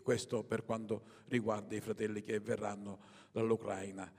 questo per quanto riguarda i fratelli che verranno dall'Ucraina.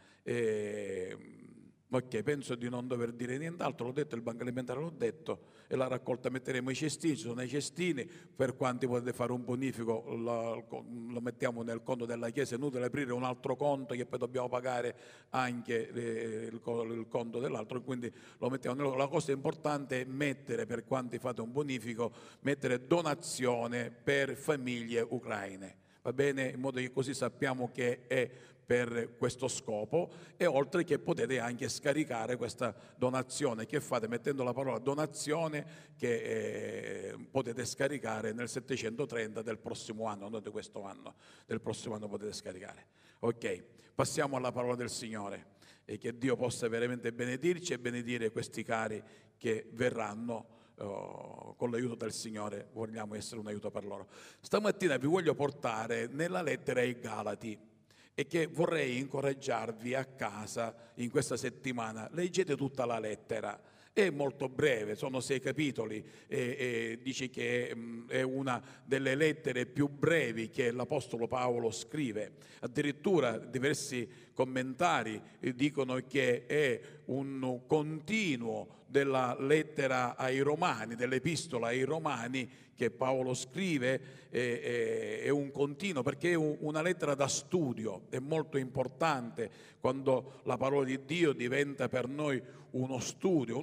Ok, penso di non dover dire nient'altro, l'ho detto, il banco alimentare l'ho detto, e la raccolta metteremo i cestini, ci sono i cestini, per quanti potete fare un bonifico lo mettiamo nel conto della Chiesa, è inutile aprire un altro conto che poi dobbiamo pagare anche il conto dell'altro, quindi lo mettiamo. La cosa importante è mettere, per quanti fate un bonifico, mettere donazione per famiglie ucraine, va bene? In modo che così sappiamo che è per questo scopo, e oltre che potete anche scaricare questa donazione che fate mettendo la parola donazione, che potete scaricare nel 730 del prossimo anno, non di questo anno, del prossimo anno potete scaricare. Ok, passiamo alla parola del Signore, e che Dio possa veramente benedirci e benedire questi cari che verranno. Con l'aiuto del Signore vogliamo essere un aiuto per loro. Stamattina vi voglio portare nella lettera ai Galati, e che vorrei incoraggiarvi a casa in questa settimana. Leggete tutta la lettera, è molto breve, sono 6 capitoli, e dice che è una delle lettere più brevi che l'Apostolo Paolo scrive. Addirittura diversi commentari dicono che è un continuo della lettera ai Romani, dell'epistola ai Romani che Paolo scrive, è un continuo, perché è una lettera da studio. È molto importante quando la parola di Dio diventa per noi uno studio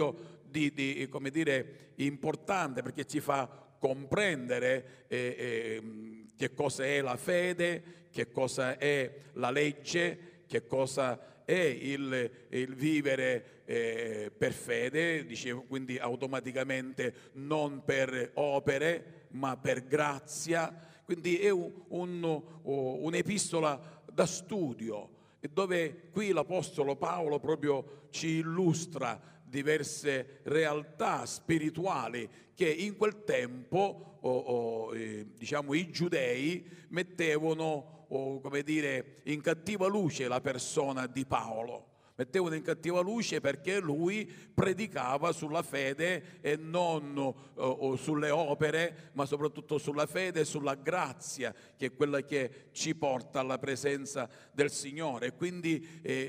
come dire, importante, perché ci fa comprendere che cosa è la fede, che cosa è la legge, che cosa è il vivere per fede, dicevo, quindi automaticamente non per opere ma per grazia. Quindi è un'epistola da studio, dove qui l'Apostolo Paolo proprio ci illustra diverse realtà spirituali che in quel tempo diciamo i giudei mettevano come dire, in cattiva luce la persona di Paolo. Mettevano in cattiva luce perché lui predicava sulla fede e non sulle opere, ma soprattutto sulla fede e sulla grazia, che è quella che ci porta alla presenza del Signore. E quindi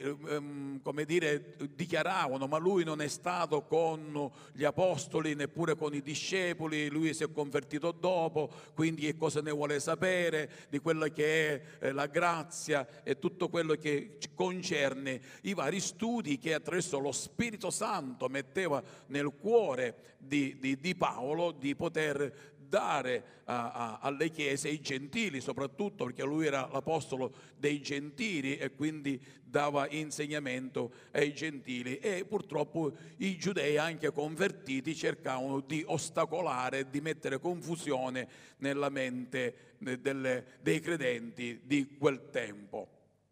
come dire, dichiaravano: ma lui non è stato con gli apostoli, neppure con i discepoli, lui si è convertito dopo, quindi che cosa ne vuole sapere di quella che è la grazia e tutto quello che concerne i vari studi che attraverso lo Spirito Santo metteva nel cuore di Paolo di poter dare alle chiese, ai gentili soprattutto, perché lui era l'apostolo dei gentili e quindi dava insegnamento ai gentili. E purtroppo i giudei, anche convertiti, cercavano di ostacolare, di mettere confusione nella mente dei credenti di quel tempo.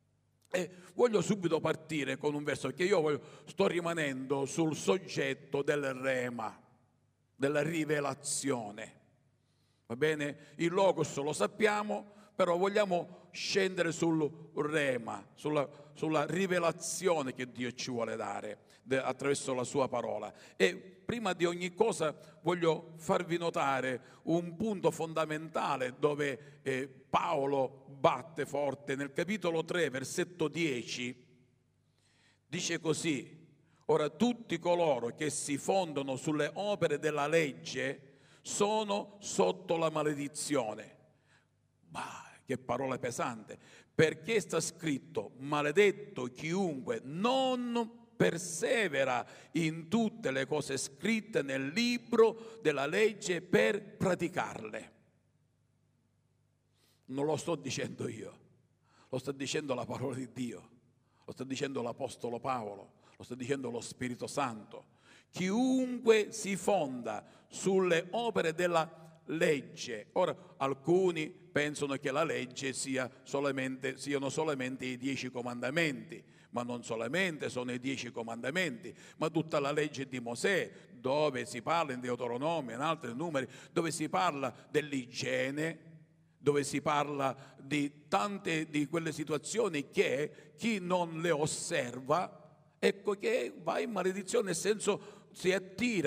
E voglio subito partire con un verso, perché io sto rimanendo sul soggetto del rema, della rivelazione. Va bene? Il logos lo sappiamo, però vogliamo scendere sul rema, sulla rivelazione che Dio ci vuole dare attraverso la sua parola. E prima di ogni cosa voglio farvi notare un punto fondamentale dove Paolo batte forte. Nel capitolo 3, versetto 10, dice così: ora tutti coloro che si fondano sulle opere della legge sono sotto la maledizione. Bah, che parola pesante! Perché sta scritto: maledetto chiunque non persevera in tutte le cose scritte nel libro della legge per praticarle. Non lo sto dicendo io, lo sta dicendo la parola di Dio, lo sta dicendo l'Apostolo Paolo, lo sta dicendo lo Spirito Santo. Chiunque si fonda sulle opere della legge. Ora, alcuni pensano che la legge siano solamente i 10 comandamenti, ma non solamente sono i 10 comandamenti, ma tutta la legge di Mosè, dove si parla in Deuteronomio, in altri numeri, dove si parla dell'igiene, dove si parla di tante di quelle situazioni che chi non le osserva, ecco che va in maledizione, nel senso si attira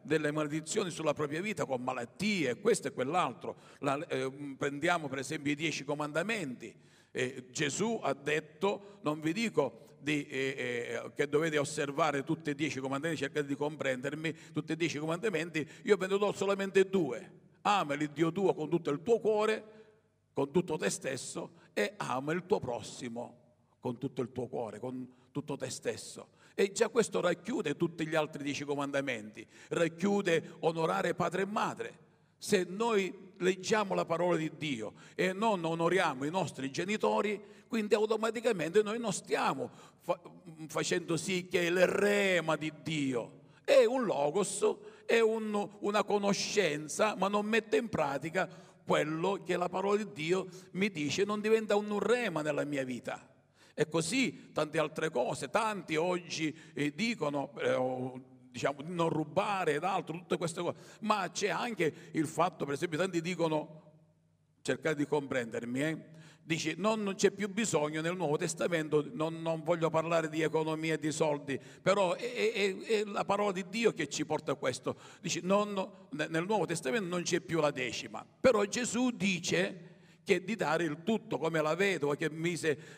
delle maledizioni sulla propria vita con malattie, questo e quell'altro. Prendiamo per esempio i 10 comandamenti. Gesù ha detto: non vi dico che dovete osservare tutti e 10 comandamenti, cercate di comprendermi, tutti e 10 comandamenti, io ve ne do solamente 2. Ama il Dio tuo con tutto il tuo cuore, con tutto te stesso, e ama il tuo prossimo con tutto il tuo cuore, con tutto te stesso. E già questo racchiude tutti gli altri 10 comandamenti, racchiude onorare padre e madre. Se noi leggiamo la parola di Dio e non onoriamo i nostri genitori, quindi automaticamente noi non stiamo facendo sì che il rema di Dio è un logos, è una conoscenza, ma non mette in pratica quello che la parola di Dio mi dice, non diventa un rema nella mia vita. E così tante altre cose. Tanti oggi dicono diciamo di non rubare ed altro, tutte queste cose, ma c'è anche il fatto, per esempio, tanti dicono, cercate di comprendermi, dice non c'è più bisogno nel Nuovo Testamento, non voglio parlare di economia e di soldi, però è la parola di Dio che ci porta a questo. Dice nel Nuovo Testamento non c'è più la decima, però Gesù dice che di dare il tutto, come la vedova che mise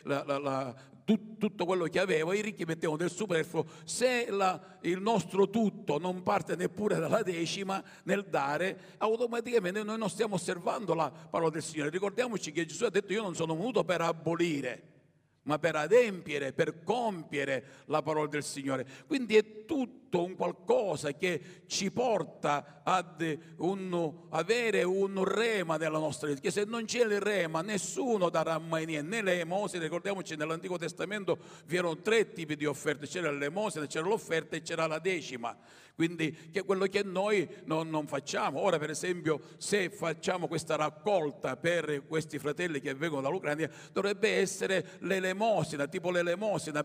tutto quello che aveva, i ricchi mettevano del superfluo. Se il nostro tutto non parte neppure dalla decima nel dare, automaticamente noi non stiamo osservando la parola del Signore. Ricordiamoci che Gesù ha detto: io non sono venuto per abolire, ma per adempiere, per compiere la parola del Signore. Quindi è tutto un qualcosa che ci porta ad avere un rema nella nostra vita, che se non c'è il rema nessuno darà mai niente, né le elemosine. Ricordiamoci, nell'Antico Testamento vi erano 3 tipi di offerte: c'era l'elemosina, c'era l'offerta e c'era la decima. Quindi che è quello che noi non facciamo. Ora, per esempio, se facciamo questa raccolta per questi fratelli che vengono dall'Ucraina, dovrebbe essere l'elemosina, tipo l'elemosina,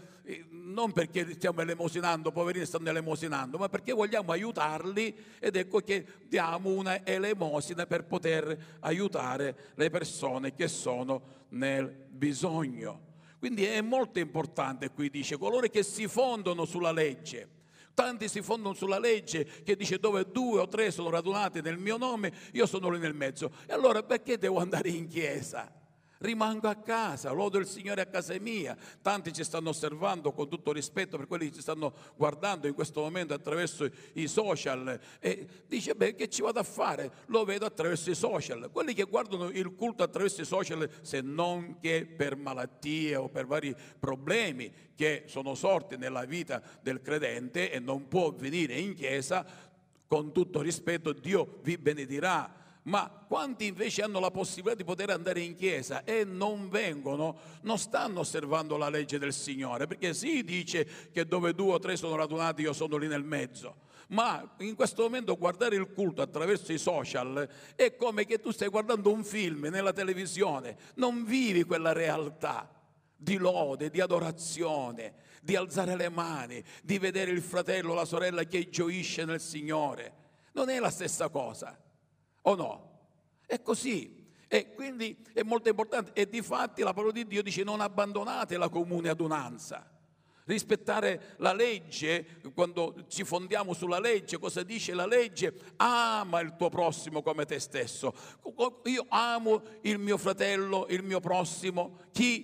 non perché stiamo elemosinando, poverini stanno elemosinando, ma perché vogliamo aiutarli, ed ecco che diamo una elemosina per poter aiutare le persone che sono nel bisogno. Quindi è molto importante, qui dice, coloro che si fondano sulla legge. Tanti si fondano sulla legge che dice: dove 2 o 3 sono radunati nel mio nome, io sono lì nel mezzo. E allora perché devo andare in chiesa? Rimango a casa, lodo il Signore a casa mia. Tanti ci stanno osservando, con tutto rispetto per quelli che ci stanno guardando in questo momento attraverso i social, e dice: beh, che ci vado a fare? Lo vedo attraverso i social. Quelli che guardano il culto attraverso i social, se non che per malattie o per vari problemi che sono sorti nella vita del credente e non può venire in chiesa, con tutto rispetto, Dio vi benedirà. Ma quanti invece hanno la possibilità di poter andare in chiesa e non vengono, non stanno osservando la legge del Signore, perché sì, dice che dove 2 o 3 sono radunati io sono lì nel mezzo, ma in questo momento guardare il culto attraverso i social è come che tu stai guardando un film nella televisione, non vivi quella realtà di lode, di adorazione, di alzare le mani, di vedere il fratello o la sorella che gioisce nel Signore. Non è la stessa cosa. O no? È così. E quindi è molto importante. E difatti la parola di Dio dice: non abbandonate la comune adunanza. Rispettare la legge, quando ci fondiamo sulla legge, cosa dice la legge? Ama il tuo prossimo come te stesso. Io amo il mio fratello, il mio prossimo.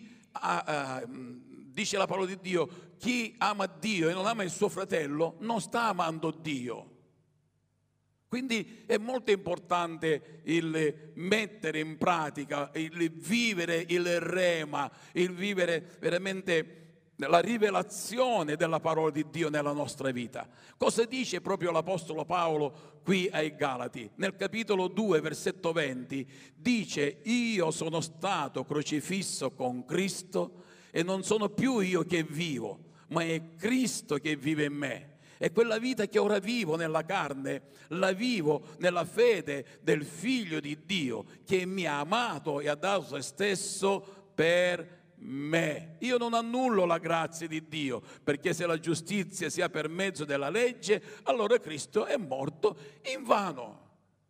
Dice la parola di Dio: chi ama Dio e non ama il suo fratello non sta amando Dio. Quindi è molto importante il mettere in pratica, il vivere il rema, il vivere veramente la rivelazione della parola di Dio nella nostra vita. Cosa dice proprio l'Apostolo Paolo qui ai Galati? Nel capitolo 2, versetto 20, dice: io sono stato crocifisso con Cristo e non sono più io che vivo, ma è Cristo che vive in me. E quella vita che ora vivo nella carne, la vivo nella fede del Figlio di Dio, che mi ha amato e ha dato se stesso per me. Io non annullo la grazia di Dio, perché se la giustizia sia per mezzo della legge, allora Cristo è morto invano.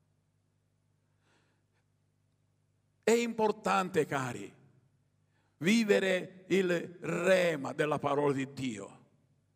È importante, cari, vivere il rema della parola di Dio.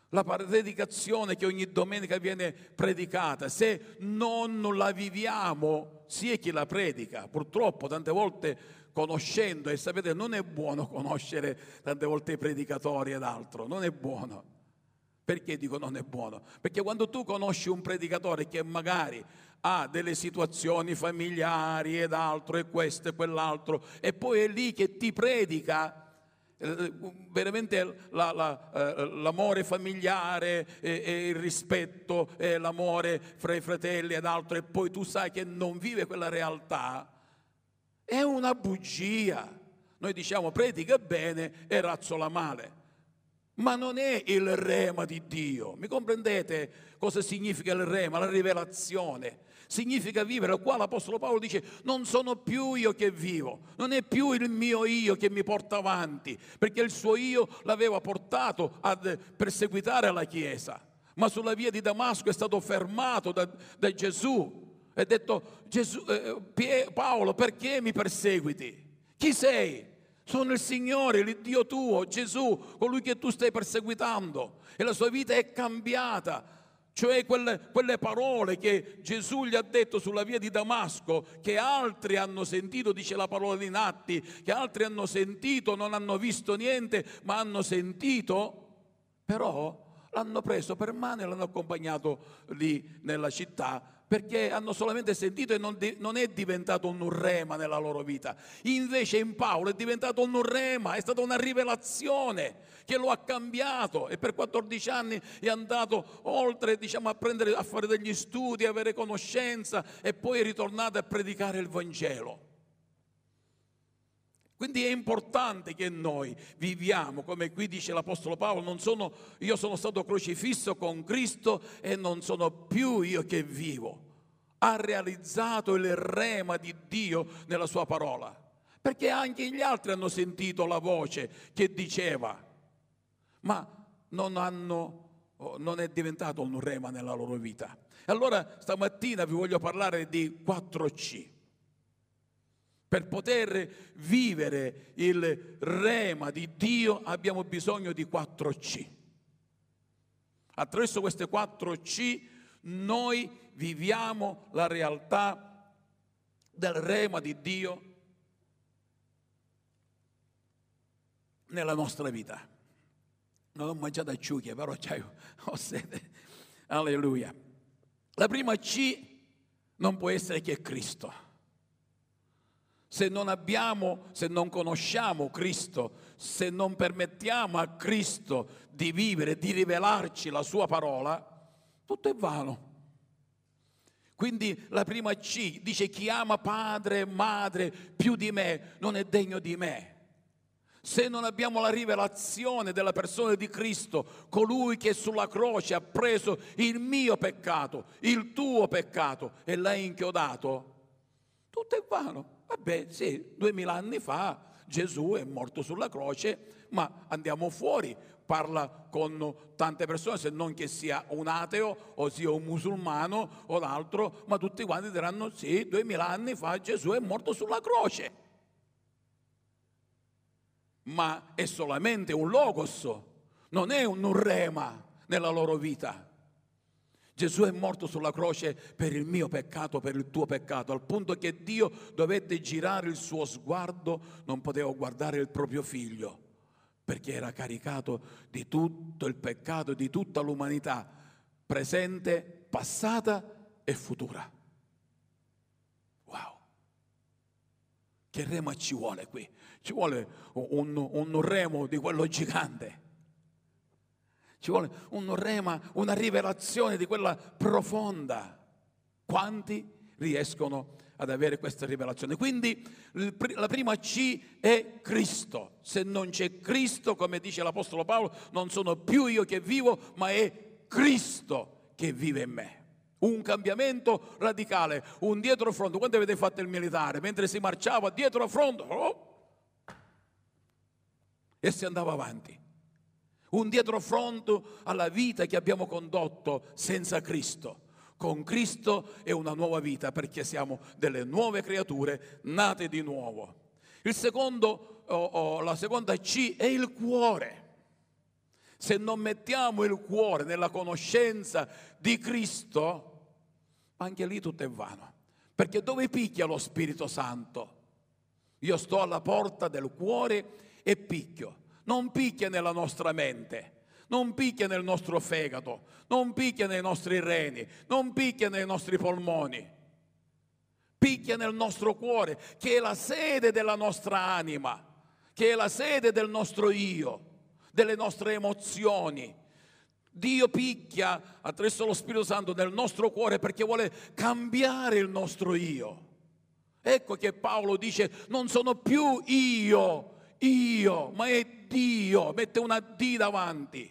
La predicazione che ogni domenica viene predicata, se non la viviamo, sia chi la predica. Purtroppo tante volte conoscendo, e sapete non è buono conoscere tante volte i predicatori ed altro, non è buono. Perché dico non è buono? Perché quando tu conosci un predicatore che magari ha delle situazioni familiari ed altro, e questo e quell'altro, e poi è lì che ti predica veramente l'amore familiare e il rispetto e l'amore fra i fratelli ed altro, e poi tu sai che non vive quella realtà, è una bugia. Noi diciamo predica bene e razzola male, ma non è il rema di Dio. Mi comprendete cosa significa il rema? La rivelazione significa vivere. Qua l'Apostolo Paolo dice non sono più io che vivo, non è più il mio io che mi porta avanti, perché il suo io l'aveva portato a perseguitare la Chiesa, ma sulla via di Damasco è stato fermato da Gesù e ha detto Paolo, perché mi perseguiti? Chi sei? Sono il Signore, il Dio tuo, Gesù, colui che tu stai perseguitando. E la sua vita è cambiata. Cioè quelle parole che Gesù gli ha detto sulla via di Damasco, che altri hanno sentito, dice la parola in Atti, che altri hanno sentito, non hanno visto niente, ma hanno sentito, però l'hanno preso per mano e l'hanno accompagnato lì nella città, perché hanno solamente sentito e non è diventato un rema nella loro vita. Invece in Paolo è diventato un rema, è stata una rivelazione che lo ha cambiato, e per 14 anni è andato oltre, diciamo, a fare degli studi, a avere conoscenza, e poi è ritornato a predicare il Vangelo. Quindi è importante che noi viviamo, come qui dice l'Apostolo Paolo, io sono stato crocifisso con Cristo e non sono più io che vivo. Ha realizzato il rema di Dio nella sua parola, perché anche gli altri hanno sentito la voce che diceva, ma non è diventato un rema nella loro vita. Allora stamattina vi voglio parlare di 4C. Per poter vivere il rema di Dio abbiamo bisogno di 4C. Attraverso queste 4C noi viviamo la realtà del rema di Dio nella nostra vita. Non ho mangiato acciughe, però ho sete. Alleluia. La prima C non può essere che Cristo. Se non conosciamo Cristo, se non permettiamo a Cristo di vivere, di rivelarci la sua parola, tutto è vano. Quindi la prima C dice: chi ama padre e madre più di me non è degno di me. Se non abbiamo la rivelazione della persona di Cristo, colui che sulla croce ha preso il mio peccato, il tuo peccato, e l'ha inchiodato, tutto è vano. Vabbè, sì, 2000 anni fa Gesù è morto sulla croce, ma andiamo fuori, parla con tante persone, se non che sia un ateo o sia un musulmano o l'altro, ma tutti quanti diranno sì, 2000 anni fa Gesù è morto sulla croce. Ma è solamente un logos, non è un rema nella loro vita. Gesù è morto sulla croce per il mio peccato, per il tuo peccato, al punto che Dio dovette girare il suo sguardo, non poteva guardare il proprio figlio, perché era caricato di tutto il peccato di tutta l'umanità, presente, passata e futura. Wow! Che rema ci vuole qui? Ci vuole un remo di quello gigante. Ci vuole un rema, una rivelazione di quella profonda. Quanti riescono ad avere questa rivelazione? Quindi la prima C è Cristo. Se non c'è Cristo, come dice l'Apostolo Paolo, non sono più io che vivo, ma è Cristo che vive in me. Un cambiamento radicale, un dietrofront. Quando avete fatto il militare? Mentre si marciava dietrofront, e si andava avanti. Un dietrofront alla vita che abbiamo condotto senza Cristo. Con Cristo è una nuova vita, perché siamo delle nuove creature nate di nuovo. La seconda C è il cuore. Se non mettiamo il cuore nella conoscenza di Cristo, anche lì tutto è vano. Perché dove picchia lo Spirito Santo? Io sto alla porta del cuore e picchio. Non picchia nella nostra mente, non picchia nel nostro fegato, non picchia nei nostri reni, non picchia nei nostri polmoni. Picchia nel nostro cuore, che è la sede della nostra anima, che è la sede del nostro io, delle nostre emozioni. Dio picchia attraverso lo Spirito Santo nel nostro cuore perché vuole cambiare il nostro io. Ecco che Paolo dice: non sono più io, ma è Dio, mette una D davanti.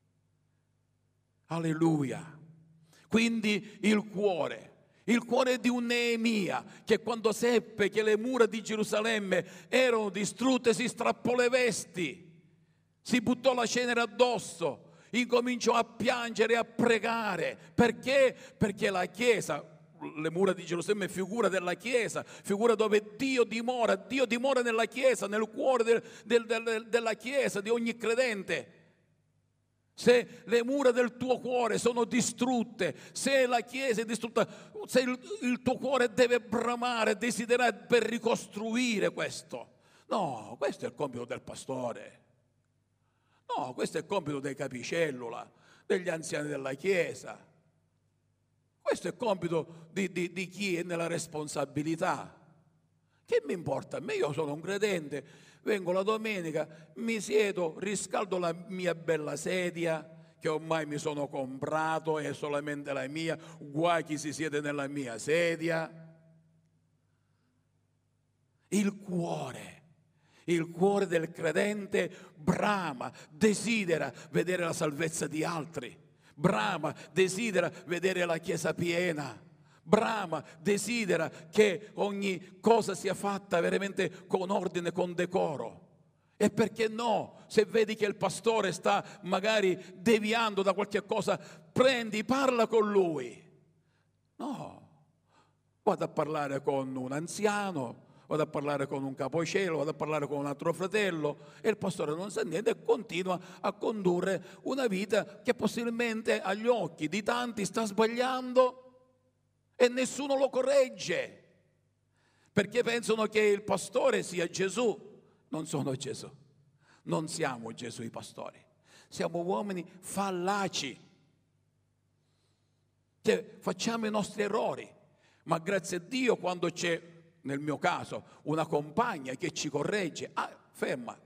Alleluia. Quindi il cuore di un Neemia, che quando seppe che le mura di Gerusalemme erano distrutte si strappò le vesti, si buttò la cenere addosso, incominciò a piangere e a pregare. Perché? Perché la Chiesa, le mura di Gerusalemme è figura della Chiesa, figura dove Dio dimora nella Chiesa, nel cuore della Chiesa, di ogni credente. Se le mura del tuo cuore sono distrutte, se la Chiesa è distrutta, se il tuo cuore deve bramare, desiderare per ricostruire questo. No, questo è il compito del pastore. No, questo è il compito dei capicellula, degli anziani della Chiesa. Questo è il compito di chi è nella responsabilità. Che mi importa a me? Io sono un credente, vengo la domenica, mi siedo, riscaldo la mia bella sedia che ormai mi sono comprato, è solamente la mia, guai chi si siede nella mia sedia. Il cuore del credente brama, desidera vedere la salvezza di altri, brama, desidera vedere la Chiesa piena, brama, desidera che ogni cosa sia fatta veramente con ordine, con decoro. E perché no? Se vedi che il pastore sta magari deviando da qualche cosa, parla con lui. No, vado a parlare con un anziano, vado a parlare con un capocello, vado a parlare con un altro fratello, e il pastore non sa niente e continua a condurre una vita che possibilmente agli occhi di tanti sta sbagliando e nessuno lo corregge, perché pensano che il pastore sia Gesù. Non sono Gesù, non siamo Gesù i pastori, siamo uomini fallaci che facciamo i nostri errori, ma grazie a Dio quando c'è, nel mio caso, una compagna che ci corregge, ferma,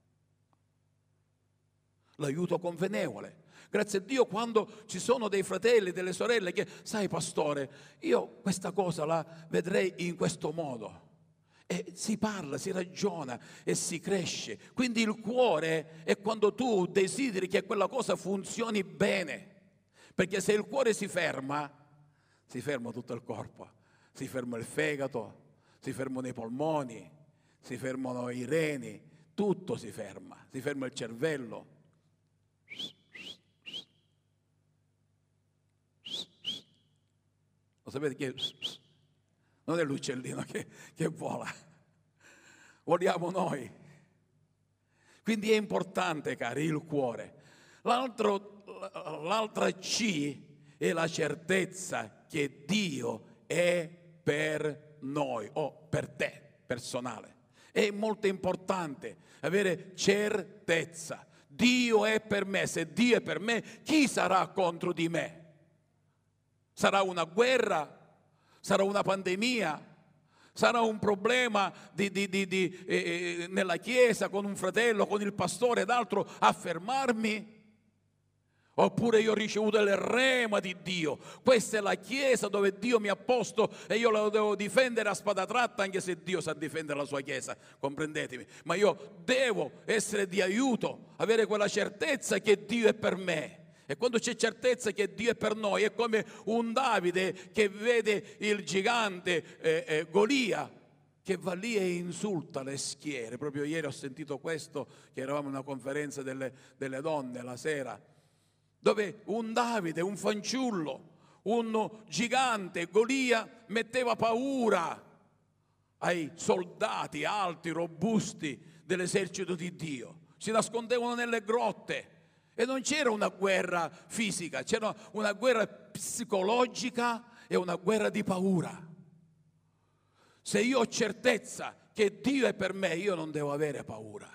l'aiuto convenevole. Grazie a Dio quando ci sono dei fratelli, delle sorelle che, sai pastore, io questa cosa la vedrei in questo modo. E si parla, si ragiona e si cresce. Quindi il cuore è quando tu desideri che quella cosa funzioni bene. Perché se il cuore si ferma tutto il corpo, si ferma il fegato, si fermano i polmoni, si fermano i reni, tutto si ferma il cervello. Lo sapete che non è l'uccellino che vola, voliamo noi. Quindi è importante, cari, il cuore. L'altra C è la certezza che Dio è per noi o per te, personale. È molto importante avere certezza. Dio è per me. Se Dio è per me, chi sarà contro di me? Sarà una guerra? Sarà una pandemia? Sarà un problema nella chiesa con un fratello, con il pastore ed altro a fermarmi? Oppure io ho ricevuto il rema di Dio. Questa è la chiesa dove Dio mi ha posto e io la devo difendere a spada tratta, anche se Dio sa difendere la sua chiesa, comprendetemi. Ma io devo essere di aiuto, avere quella certezza che Dio è per me. E quando c'è certezza che Dio è per noi, è come un Davide che vede il gigante Golia, che va lì e insulta le schiere. Proprio ieri ho sentito questo, che eravamo in una conferenza delle donne la sera, dove un Davide, un fanciullo, un gigante, Golia, metteva paura ai soldati alti, robusti dell'esercito di Dio. Si nascondevano nelle grotte E non c'era una guerra fisica, c'era una guerra psicologica e una guerra di paura. Se io ho certezza che Dio è per me, io non devo avere paura.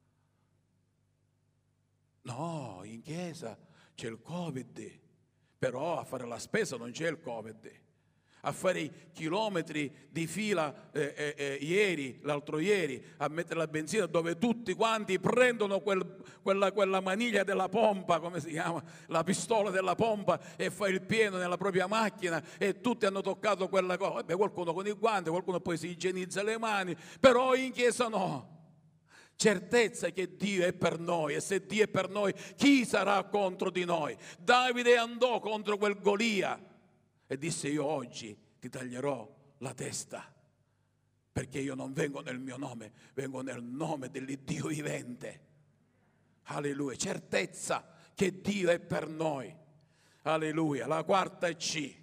No, in chiesa c'è il Covid, però a fare la spesa non c'è il Covid. A fare i chilometri di fila l'altro ieri, a mettere la benzina dove tutti quanti prendono quella maniglia della pompa, come si chiama? La pistola della pompa, e fa il pieno nella propria macchina, e tutti hanno toccato quella cosa. Vabbè, qualcuno con i guanti, qualcuno poi si igienizza le mani, però in chiesa no. Certezza che Dio è per noi, e se Dio è per noi, chi sarà contro di noi? Davide andò contro quel Golia e disse: io oggi ti taglierò la testa, perché io non vengo nel mio nome, vengo nel nome dell'Iddio vivente. Alleluia, certezza che Dio è per noi. Alleluia. La quarta è C,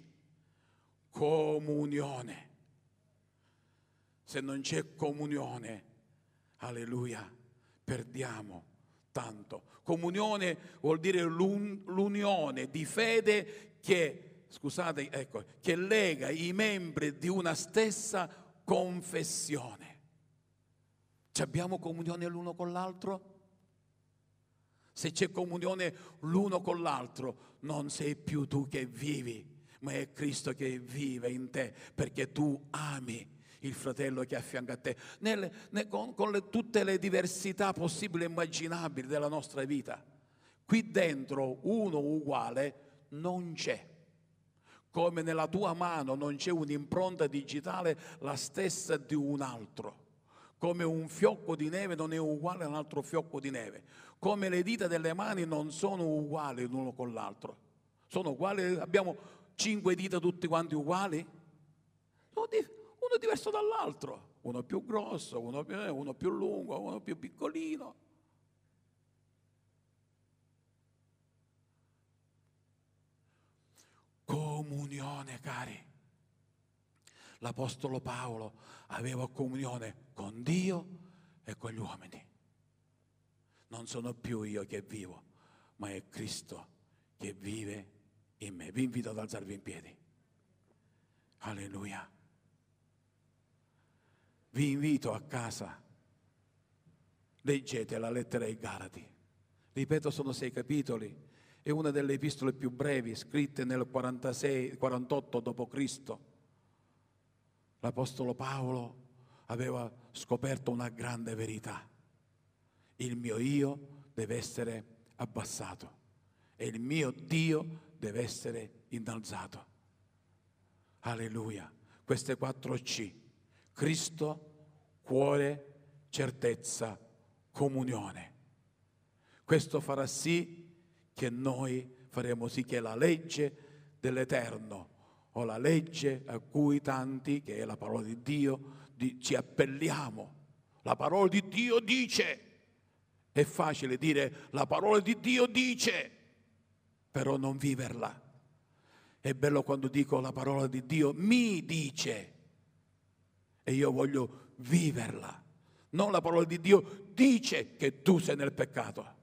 comunione. Se non c'è comunione, alleluia, perdiamo tanto. Comunione vuol dire l'unione di fede che, scusate, ecco, che lega i membri di una stessa confessione. Ci abbiamo comunione l'uno con l'altro? Se c'è comunione l'uno con l'altro, non sei più tu che vivi, ma è Cristo che vive in te, perché tu ami il fratello che è a fianco a te, con tutte le diversità possibili e immaginabili della nostra vita. Qui dentro uno uguale non c'è. Come nella tua mano non c'è un'impronta digitale la stessa di un altro. Come un fiocco di neve non è uguale a un altro fiocco di neve. Come le dita delle mani non sono uguali l'uno con l'altro. Sono uguali? Abbiamo 5 dita tutti quanti uguali? Uno diverso dall'altro, uno più grosso, uno più lungo, uno più piccolino. Comunione, cari. L'Apostolo Paolo aveva comunione con Dio e con gli uomini. Non sono più io che vivo, ma è Cristo che vive in me. Vi invito ad alzarvi in piedi. Alleluia. Vi invito a casa, leggete la lettera ai Galati. Ripeto, sono 6 capitoli, è una delle epistole più brevi, scritte nel 48 d.C. L'Apostolo Paolo aveva scoperto una grande verità: il mio io deve essere abbassato e il mio Dio deve essere innalzato. Alleluia. Queste 4 C: Cristo, cuore, certezza, comunione. Questo farà sì che noi faremo sì che la legge dell'Eterno, o la legge a cui tanti, che è la parola di Dio, ci appelliamo. La parola di Dio dice. È facile dire la parola di Dio dice, però non viverla. È bello quando dico la parola di Dio mi dice, e io voglio viverla. Non la parola di Dio dice che tu sei nel peccato.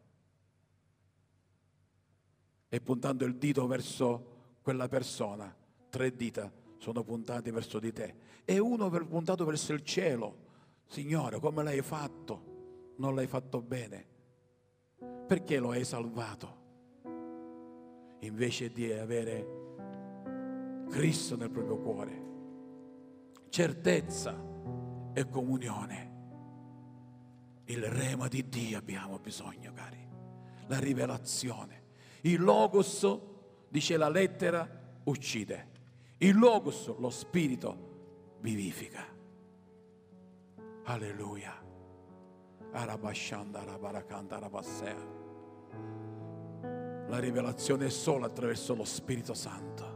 E puntando il dito verso quella persona, 3 dita sono puntate verso di te e uno puntato verso il cielo. Signore, come l'hai fatto? Non l'hai fatto bene. Perché lo hai salvato? Invece di avere Cristo nel proprio cuore. Certezza e comunione. Il rema di Dio abbiamo bisogno, cari. La rivelazione. Il logos, dice la lettera, uccide. Il logos, lo spirito, vivifica. Alleluia. Arabashanda, arabarakanda, arabassea. La rivelazione è solo attraverso lo Spirito Santo.